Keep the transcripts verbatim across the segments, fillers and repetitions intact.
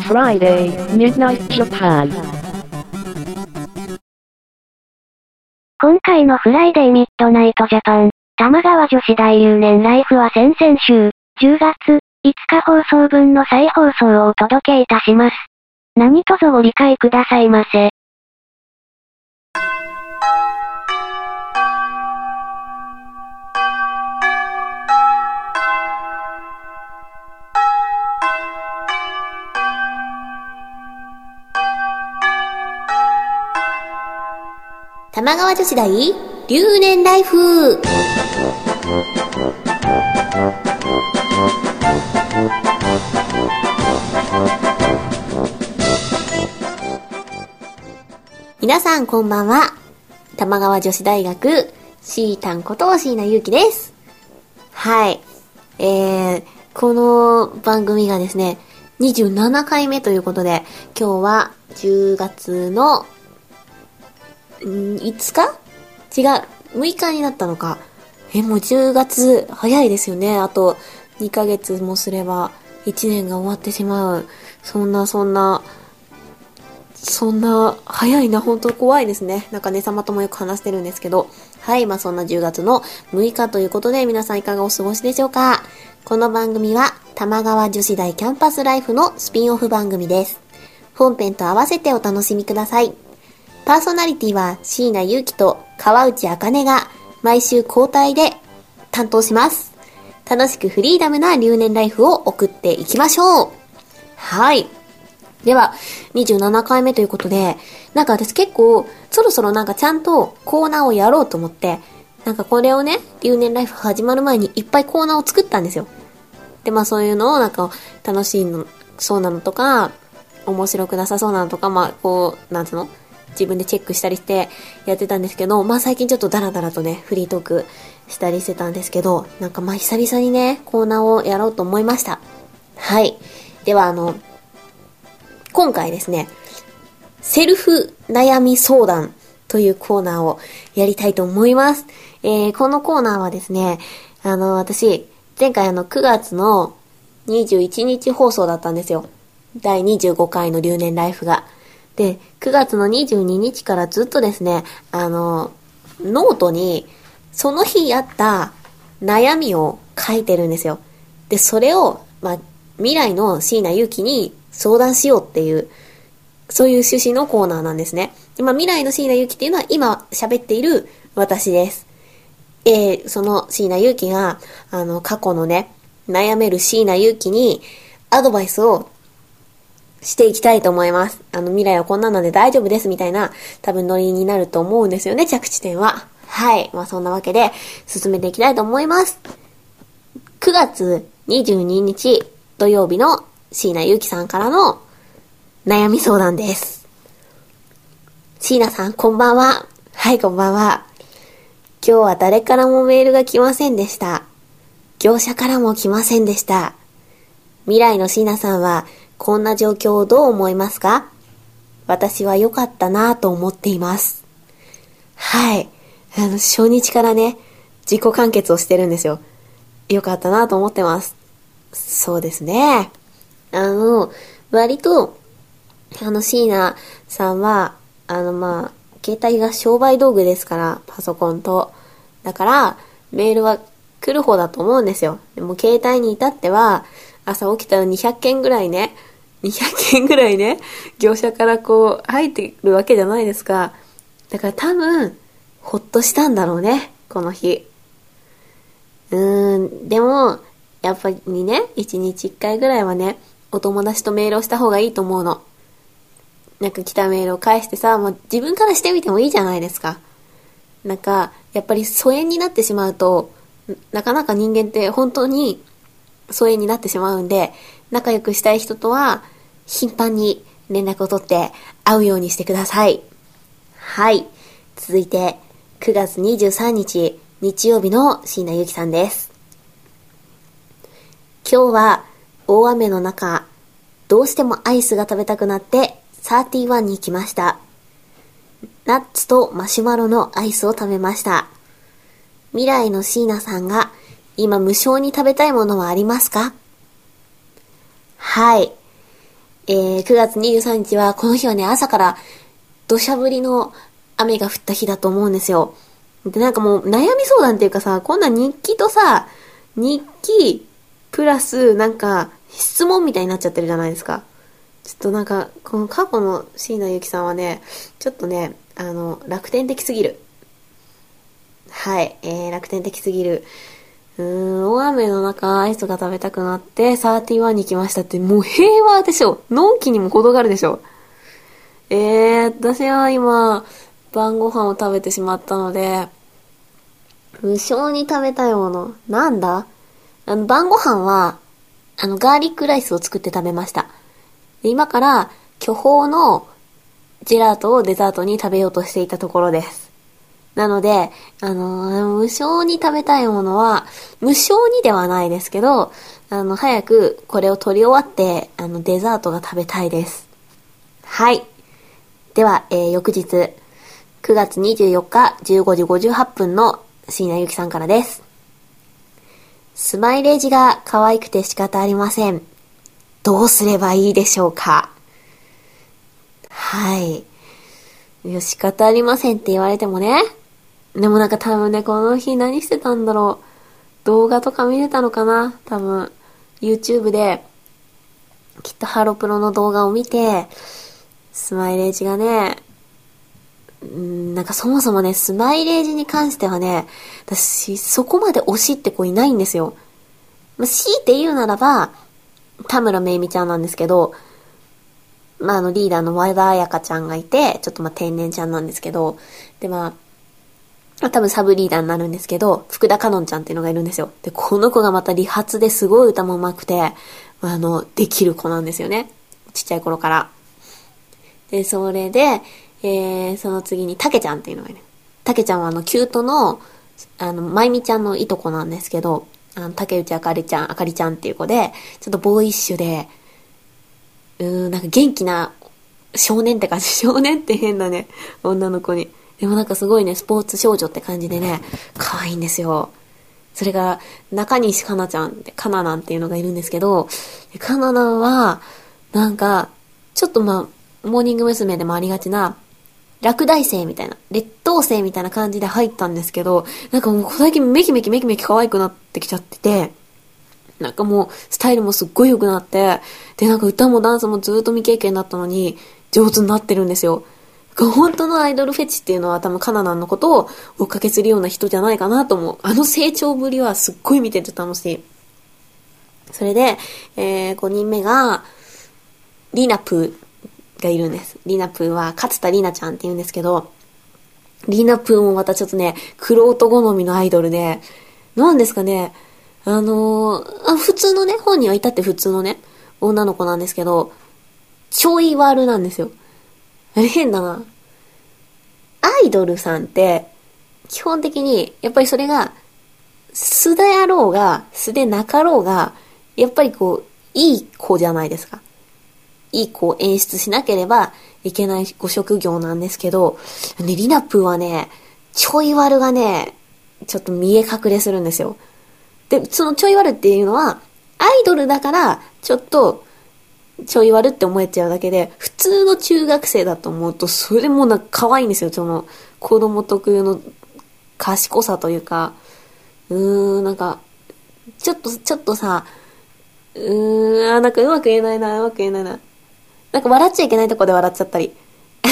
Friday, Midnight Japan。 今回のフライデーミッドナイトジャパン、玉川女子大留年ライフは先々週、じゅうがついつか放送分の再放送をお届けいたします。何卒ご理解くださいませ。 玉川女子大留年ライフ。皆さんこんばんは。玉川女子大学シータンこと椎名優樹です。はい、えー、この番組がですねにじゅうななかいめということで、今日はじゅうがつのんいつか違うむいかになったのか。えもうじゅうがつ早いですよね。あとにかげつもすればいちねんが終わってしまう。そんなそんなそんな早いな。本当怖いですね。なんかね様ともよく話してるんですけど、はい、まあそんなじゅうがつのむいかということで、皆さんいかがお過ごしでしょうか。この番組は玉川女子大キャンパスライフのスピンオフ番組です。本編と合わせてお楽しみください。パーソナリティは椎名優樹と川内茜が毎週交代で担当します。楽しくフリーダムな留年ライフを送っていきましょう。はい。では、にじゅうななかいめということで、なんか私結構そろそろなんかちゃんとコーナーをやろうと思って、なんかこれをね、留年ライフ始まる前にいっぱいコーナーを作ったんですよ。で、まあそういうのをなんか楽しいの、そうなのとか、面白くなさそうなのとか、まあこう、なんつうの自分でチェックしたりしてやってたんですけど、まあ最近ちょっとダラダラとねフリートークしたりしてたんですけど、なんかまあ久々にねコーナーをやろうと思いました。はい、ではあの今回ですね、セルフ悩み相談というコーナーをやりたいと思います。えー、このコーナーはですね、あの私前回あのくがつのにじゅういちにち放送だったんですよ。だいにじゅうごかいの留年ライフが。で、くがつのにじゅうににちからずっとですね、あの、ノートにその日あった悩みを書いてるんですよ。で、それを、まあ、未来の椎名優樹に相談しようっていう、そういう趣旨のコーナーなんですね。で、まあ、未来の椎名優樹っていうのは今喋っている私です。えー、その椎名優樹が、あの、過去のね、悩める椎名優樹にアドバイスをしていきたいと思います。あの未来はこんなので大丈夫ですみたいな多分ノリになると思うんですよね、着地点は。はい、まあそんなわけで進めていきたいと思います。くがつにじゅうににち土曜日の椎名優樹さんからの悩み相談です。椎名さんこんばんは。はい、こんばんは。今日は誰からもメールが来ませんでした。業者からも来ませんでした。未来の椎名さんはこんな状況をどう思いますか？私は良かったなぁと思っています。はい。あの、初日からね、自己完結をしてるんですよ。良かったなぁと思ってます。そうですね。あの、割と、あの、椎名さんは、あの、まあ、携帯が商売道具ですから、パソコンと。だから、メールは来る方だと思うんですよ。でも、携帯に至っては、朝起きたらにひゃっけんぐらいね、にひゃっけんぐらいね、業者からこう入ってるわけじゃないですか。だから多分ほっとしたんだろうね、この日。うーん、でもやっぱりね、いちにちいっかいぐらいはね、お友達とメールをした方がいいと思うの。なんか来たメールを返してさ、もう自分からしてみてもいいじゃないですか。なんかやっぱり疎遠になってしまうと、なかなか人間って本当に疎遠になってしまうんで、仲良くしたい人とは頻繁に連絡を取って会うようにしてください。はい。続いてくがつにじゅうさんにち日曜日の椎名優樹さんです。今日は大雨の中、どうしてもアイスが食べたくなってサーティワンに来ました。ナッツとマシュマロのアイスを食べました。未来の椎名さんが今無償に食べたいものはありますか？はい。 えー、くがつにじゅうさんにちは、この日はね、朝から土砂降りの雨が降った日だと思うんですよ。で、なんかもう悩み相談っていうかさ、こんな日記とさ、日記、プラス、なんか、質問みたいになっちゃってるじゃないですか。ちょっとなんか、この過去の椎名ゆきさんはね、ちょっとね、あの、楽天的すぎる。はい、えー、楽天的すぎる。うーん、大雨の中、アイスが食べたくなって、サーティワンに来ましたって、もう平和でしょ。のんきにも程があるでしょ。えー、私は今、晩ご飯を食べてしまったので、無性に食べたいもの。なんだ？あの、晩ご飯は、あの、ガーリックライスを作って食べました。で、今から、巨峰のジェラートをデザートに食べようとしていたところです。なので、あのー、無性に食べたいものは、無性にではないですけど、あの、早くこれを取り終わって、あの、デザートが食べたいです。はい。では、えー、翌日、くがつにじゅうよっかじゅうごじごじゅうはっぷんの椎名ゆきさんからです。スマイレージが可愛くて仕方ありません。どうすればいいでしょうか？はい。いや、仕方ありませんって言われてもね。でもなんか多分ね、この日何してたんだろう。動画とか見れたのかな？多分、YouTube で、きっとハロプロの動画を見て、スマイレージがね、んなんかそもそもね、スマイレージに関してはね、私、そこまで推しって子いないんですよ。まあ、強いて言うならば、田村めいみちゃんなんですけど、まあ、あの、リーダーの和田彩香ちゃんがいて、ちょっとまあ、天然ちゃんなんですけど、で、まあ、多分サブリーダーになるんですけど、福田かのんちゃんっていうのがいるんですよ。で、この子がまた理髪ですごい歌も上手くて、あの、できる子なんですよね。ちっちゃい頃から。で、それで、えー、その次にたけちゃんっていうのがいる。たけちゃんはあの、キュートの、あの、まゆみちゃんのいとこなんですけど、あの、竹内あかりちゃん、あかりちゃんっていう子で、ちょっとボーイッシュで、うーん、なんか元気な少年って感じ。少年って変だね。女の子に。でもなんかすごいね、スポーツ少女って感じでね、可愛いんですよ。それが、中西かなちゃんって、かななんていうのがいるんですけど、かななんは、なんか、ちょっとまあ、モーニング娘。でもありがちな、落第生みたいな、劣等生みたいな感じで入ったんですけど、なんかもう最近メキメキメキメキ可愛くなってきちゃってて、なんかもうスタイルもすっごい良くなって、でなんか歌もダンスもずっと未経験だったのに上手になってるんですよ。本当のアイドルフェチっていうのは多分カナナンのことを追っかけするような人じゃないかなと思う。あの成長ぶりはすっごい見てて楽しい。それで、えー、ごにんめが、リナプーがいるんです。リナプーは勝田リナちゃんって言うんですけど、リナプーもまたちょっとね、玄人好みのアイドルで、なんですかね、あのー、あ普通のね、本にはいたって普通のね、女の子なんですけど、ちょい悪なんですよ。あれ変だな。アイドルさんって、基本的に、やっぱりそれが、素であろうが、素でなかろうが、やっぱりこう、いい子じゃないですか。いい子を演出しなければいけないご職業なんですけど、ね、リナプーはね、ちょい悪がね、ちょっと見え隠れするんですよ。で、そのちょい悪っていうのは、アイドルだから、ちょっと、ちょい悪って思えちゃうだけで、普通の中学生だと思うと、それもなんか可愛いんですよ。その、子供特有の賢さというか、うーん、なんか、ちょっと、ちょっとさ、うーん、なんかうまく言えないな、うまく言えないな。なんか笑っちゃいけないとこで笑っちゃったり。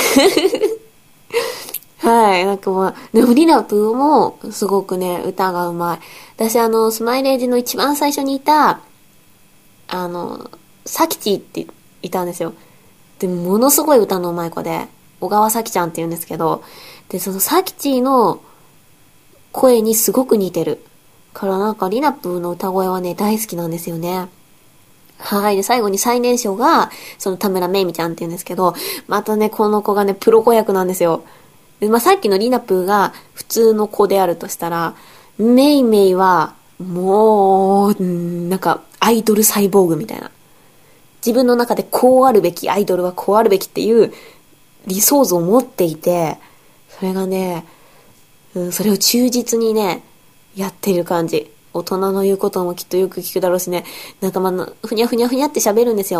はい、なんかまあ、でもリナプーもすごくね、歌がうまい。私あの、スマイレージの一番最初にいた、あの、サキチっていたんですよ。で、ものすごい歌のうまい子で、小川サキちゃんって言うんですけど、で、そのサキチの声にすごく似てる。からなんかリナプーの歌声はね、大好きなんですよね。はい。で、最後に最年少が、その田村めいみちゃんって言うんですけど、またね、この子がね、プロ子役なんですよ。で、まあ、さっきのリナプーが普通の子であるとしたら、めいめいは、もう、なんか、アイドルサイボーグみたいな。自分の中でこうあるべき、アイドルはこうあるべきっていう理想像を持っていて、それがね、うん、それを忠実にね、やってる感じ。大人の言うこともきっとよく聞くだろうしね。なんかまあ、ふにゃふにゃふにゃって喋るんですよ。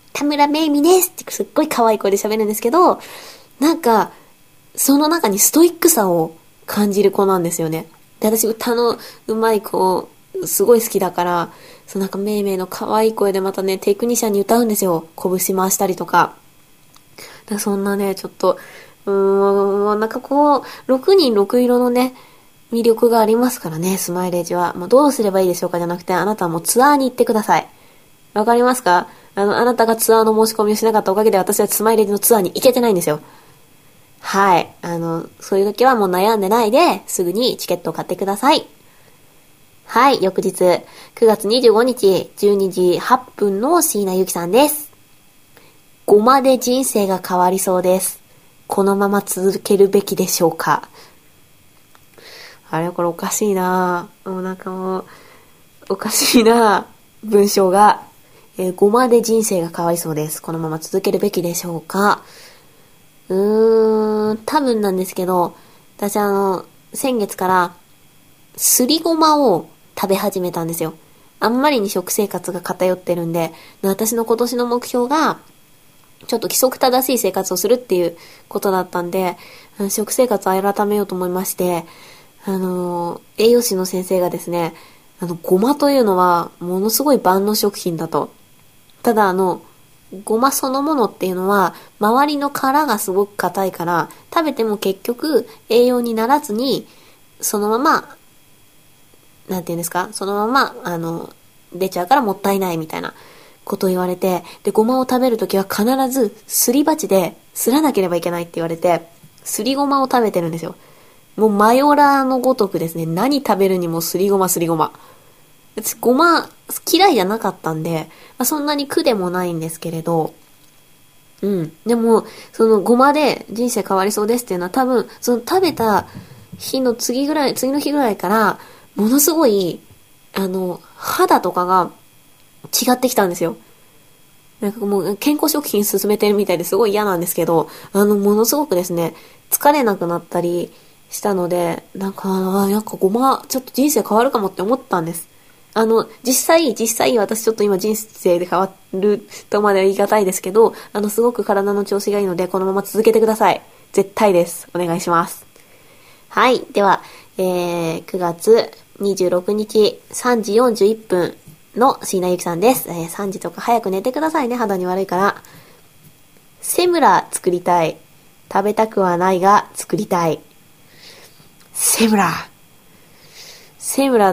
田村めいみですってすっごい可愛い声で喋るんですけど、なんか、その中にストイックさを感じる子なんですよね。で、私歌の上手い子、すごい好きだから、そうなんかめいめいの可愛い声でまたね、テクニシャンに歌うんですよ。拳回したりとか。だからそんなね、ちょっと、うーん、なんかこう、ろくにんろく色のね、魅力がありますからね、スマイレージは。もうどうすればいいでしょうかじゃなくて、あなたはもうツアーに行ってください。わかりますか？あの、あなたがツアーの申し込みをしなかったおかげで私はスマイレージのツアーに行けてないんですよ。はい。あの、そういう時はもう悩んでないで、すぐにチケットを買ってください。はい、翌日、くがつにじゅうごにち、じゅうにじはっぷんの椎名ゆきさんです。ごまで人生が変わりそうです。このまま続けるべきでしょうか？あれこれおかしいなぁ。もうなんかもう、おかしいなぁ。文章が、えー、ごまで人生が変わりそうです。このまま続けるべきでしょうか？うーん、多分なんですけど、私あの、先月から、すりごまを食べ始めたんですよ。あんまりに食生活が偏ってるんで、私の今年の目標が、ちょっと規則正しい生活をするっていうことだったんで、食生活を改めようと思いまして、あの、栄養士の先生がですね、あの、ごまというのは、ものすごい万能食品だと。ただあの、ごまそのものっていうのは、周りの殻がすごく硬いから、食べても結局栄養にならずに、そのまま、なんていうんですか、そのまま、あの、出ちゃうからもったいないみたいなことを言われて、で、ごまを食べるときは必ずすり鉢ですらなければいけないって言われて、すりごまを食べてるんですよ。もうマヨラーのごとくですね、何食べるにもすりごますりごま。私ごま嫌いじゃなかったんで、まあ、そんなに苦でもないんですけれど、うん。でも、そのごまで人生変わりそうですっていうのは多分、その食べた日の次ぐらい、次の日ぐらいから、ものすごい、あの、肌とかが違ってきたんですよ。なんかもう健康食品進めてるみたいですごい嫌なんですけど、あの、ものすごくですね、疲れなくなったりしたので、なんか、なんかごま、ちょっと人生変わるかもって思ったんです。あの、実際、実際私ちょっと今人生で変わるとまでは言い難いですけど、あの、すごく体の調子がいいので、このまま続けてください。絶対です。お願いします。はい。では、えー、くがつにじゅうろくにちさんじよんじゅういっぷんの椎名ゆきさんです。えー、さんじとか早く寝てくださいね。肌に悪いから。セムラ作りたい。食べたくはないが作りたい。セムラ。セムラって、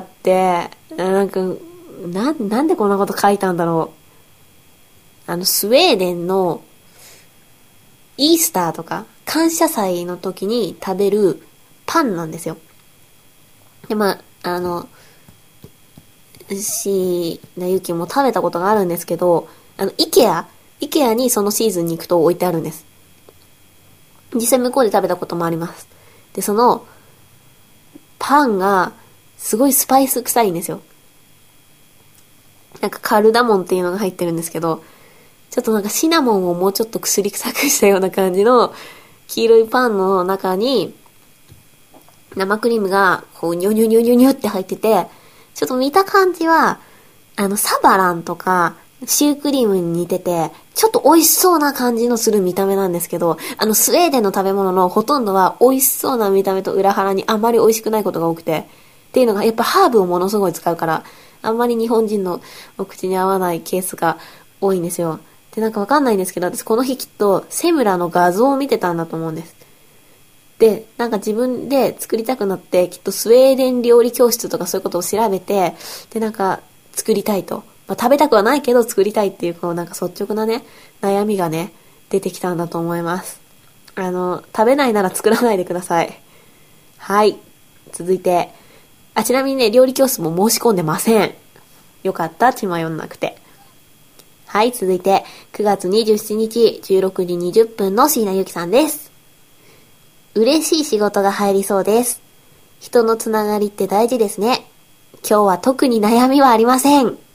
なんか、な、なんでこんなこと書いたんだろう。あの、スウェーデンのイースターとか感謝祭の時に食べるパンなんですよ。で、まあ、あの、椎名ゆきも食べたことがあるんですけど、あの、イケア、イケアにそのシーズンに行くと置いてあるんです。実際向こうで食べたこともあります。で、その、パンが、すごいスパイス臭いんですよ。なんかカルダモンっていうのが入ってるんですけど、ちょっとなんかシナモンをもうちょっと薬臭くしたような感じの黄色いパンの中に生クリームがこうニョニョニョニョニョって入ってて、ちょっと見た感じはあのサバランとかシュークリームに似てて、ちょっと美味しそうな感じのする見た目なんですけど、あのスウェーデンの食べ物のほとんどは美味しそうな見た目と裏腹にあまり美味しくないことが多くて、っていうのがやっぱハーブをものすごい使うから、あんまり日本人のお口に合わないケースが多いんですよ。で、なんかわかんないんですけど、私この日きっとセムラの画像を見てたんだと思うんです。で、なんか自分で作りたくなって、きっとスウェーデン料理教室とかそういうことを調べて、で、なんか作りたいと。まあ、食べたくはないけど作りたいっていう、こうなんか率直なね、悩みがね、出てきたんだと思います。あの、食べないなら作らないでください。はい。続いて、あ、ちなみにね、料理教室も申し込んでません。よかった、血迷んなくて。はい、続いて、くがつにじゅうしちにちじゅうろくじにじゅっぷんの椎名ゆきさんです。嬉しい仕事が入りそうです。人のつながりって大事ですね。今日は特に悩みはありません。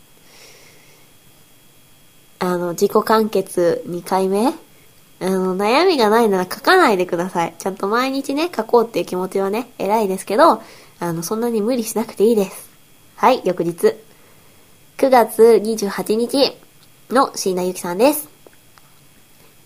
あの、自己完結にかいめあの、悩みがないなら書かないでください。ちゃんと毎日ね、書こうっていう気持ちはね、偉いですけど、あの、そんなに無理しなくていいです。はい、翌日。くがつにじゅうはちにちの椎名ゆきさんです。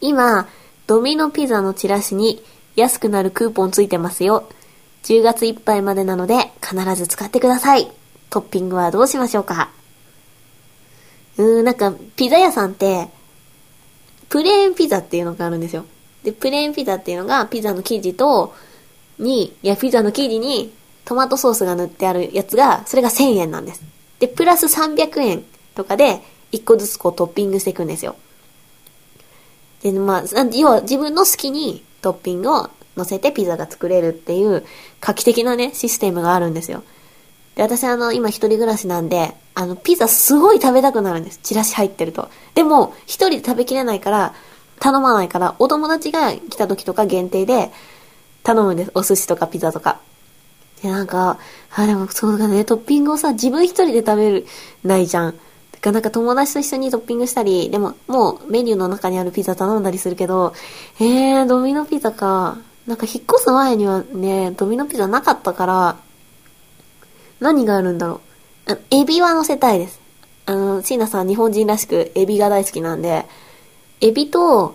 今、ドミノピザのチラシに安くなるクーポンついてますよ。じゅうがついっぱいまでなので必ず使ってください。トッピングはどうしましょうか？うーん、なんか、ピザ屋さんって、プレーンピザっていうのがあるんですよ。で、プレーンピザっていうのが、ピザの生地と、に、いや、ピザの生地にトマトソースが塗ってあるやつが、それがせんえんなんです。で、プラスさんびゃくえんとかで、いっこずつこうトッピングしていくんですよ。で、まあ、要は自分の好きにトッピングを乗せてピザが作れるっていう画期的なね、システムがあるんですよ。で、私あの、今一人暮らしなんで、あの、ピザすごい食べたくなるんです。チラシ入ってると。でも、一人で食べきれないから、頼まないから、お友達が来た時とか限定で頼むんです。お寿司とかピザとか。で、なんか、あ、でもそうだね、トッピングをさ、自分一人で食べる、ないじゃん。だからなんか友達と一緒にトッピングしたり、でも、もうメニューの中にあるピザ頼んだりするけど、えー、ドミノピザか。なんか引っ越す前にはね、ドミノピザなかったから、何があるんだろう。あ、エビは乗せたいです。あの、椎名さん日本人らしくエビが大好きなんで、エビと、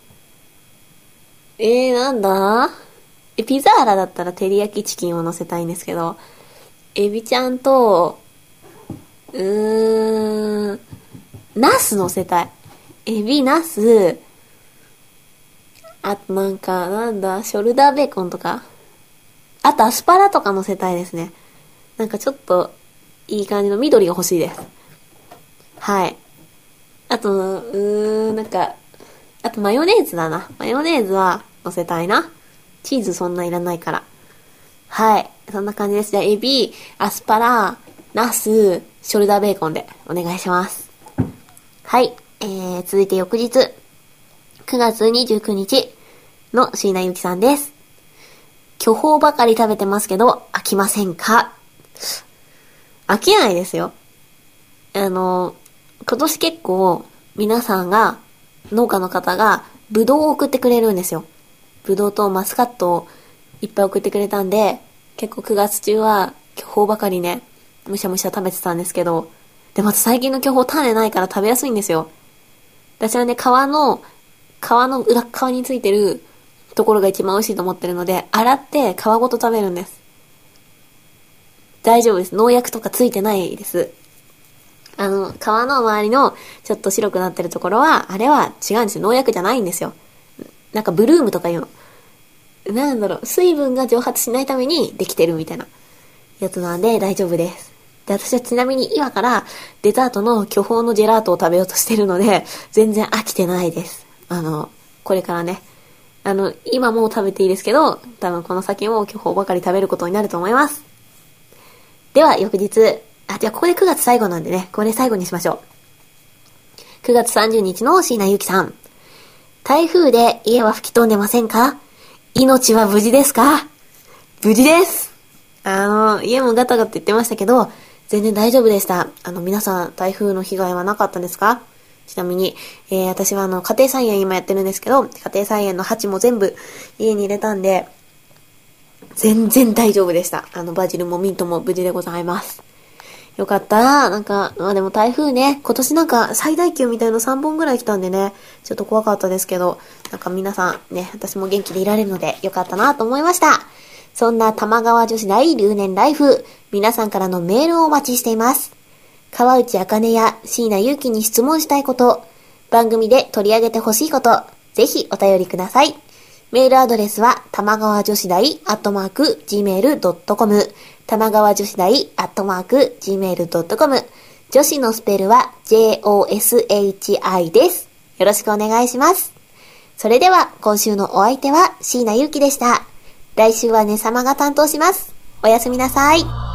えー、なんだえ、ピザーラだったら照り焼きチキンを乗せたいんですけど、エビちゃんと、うーん、ナス乗せたい。エビ、ナス、あとなんか、なんだ、ショルダーベーコンとか、あとアスパラとか乗せたいですね。なんかちょっと、いい感じの緑が欲しいです。はい。あと、うーん、なんか、あとマヨネーズだな。マヨネーズは乗せたいな。チーズそんないらないから。はい。そんな感じです。じゃあ、エビ、アスパラ、ナス、ショルダーベーコンでお願いします。はい。えー、続いて翌日。くがつにじゅうくにちの椎名ゆきさんです。巨峰ばかり食べてますけど、飽きませんか？飽きないですよ。あの、今年結構皆さんが、農家の方がブドウを送ってくれるんですよ。ブドウとマスカットをいっぱい送ってくれたんで、結構くがつ中は巨峰ばかりね、むしゃむしゃ食べてたんですけど、で、また最近の巨峰種ないから食べやすいんですよ。私はね、皮の、皮の裏側についてるところが一番美味しいと思ってるので、洗って皮ごと食べるんです。大丈夫です。農薬とかついてないです。あの、皮の周りのちょっと白くなってるところは、あれは違うんですよ。農薬じゃないんですよ。なんかブルームとかいうの。なんだろう、水分が蒸発しないためにできてるみたいなやつなんで大丈夫です。で、私はちなみに今からデザートの巨峰のジェラートを食べようとしてるので、全然飽きてないです。あの、これからね。あの、今もう食べていいですけど、多分この先も巨峰ばかり食べることになると思います。では、翌日。あ、じゃあここでくがつ最後なんでね、これ最後にしましょう。くがつさんじゅうにちの椎名ゆきさん。台風で家は吹き飛んでませんか？命は無事ですか？無事です。あの、家もガタガタ言ってましたけど、全然大丈夫でした。あの、皆さん、台風の被害はなかったですか？ちなみに、えー、私はあの、家庭菜園今やってるんですけど、家庭菜園の鉢も全部家に入れたんで、全然大丈夫でした。あの、バジルもミントも無事でございます。よかった。なんか、まあでも台風ね、今年なんか最大級みたいなさんぼんぐらい来たんでね、ちょっと怖かったですけど、なんか皆さんね、私も元気でいられるのでよかったなと思いました。そんな玉川女子大留年ライフ、皆さんからのメールをお待ちしています。川内あかねや椎名ゆうきに質問したいこと、番組で取り上げてほしいこと、ぜひお便りください。メールアドレスは、玉川女子大アットマーク ジーメールドットコム 玉川女子大アットマーク ジーメールドットコム 女子のスペルは ジェイオーエスエイチアイ です。よろしくお願いします。それでは、今週のお相手は椎名ゆうきでした。来週はねさまが担当します。おやすみなさい。